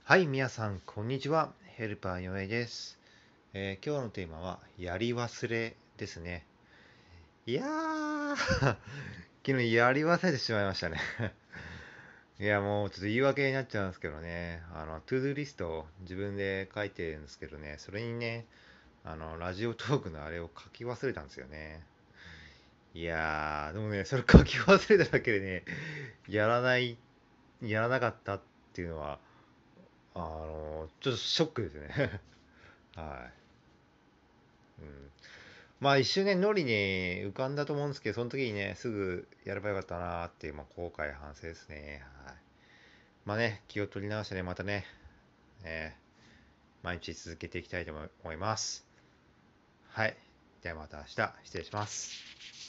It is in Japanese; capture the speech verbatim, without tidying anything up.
はい、皆さん、こんにちは。ヘルパーよえです、えー今日のテーマは、やり忘れですね。いやー、昨日やり忘れてしまいましたね。いや、もうちょっと言い訳になっちゃうんですけどね。あの、トゥードゥリストを自分で書いてるんですけどね、それにね、あの、ラジオトークのあれを書き忘れたんですよね。いやー、でもね、それ書き忘れただけでね、やらない、やらなかったっていうのは、あの、ちょっとショックですね。はい。うん。まあ一瞬ね、ノリに浮かんだと思うんですけど、その時にね、すぐやればよかったなーっていう、まあ、後悔反省ですね。はい。まあね、気を取り直してね、またね、えー毎日続けていきたいと思います。はい。ではまた明日、失礼します。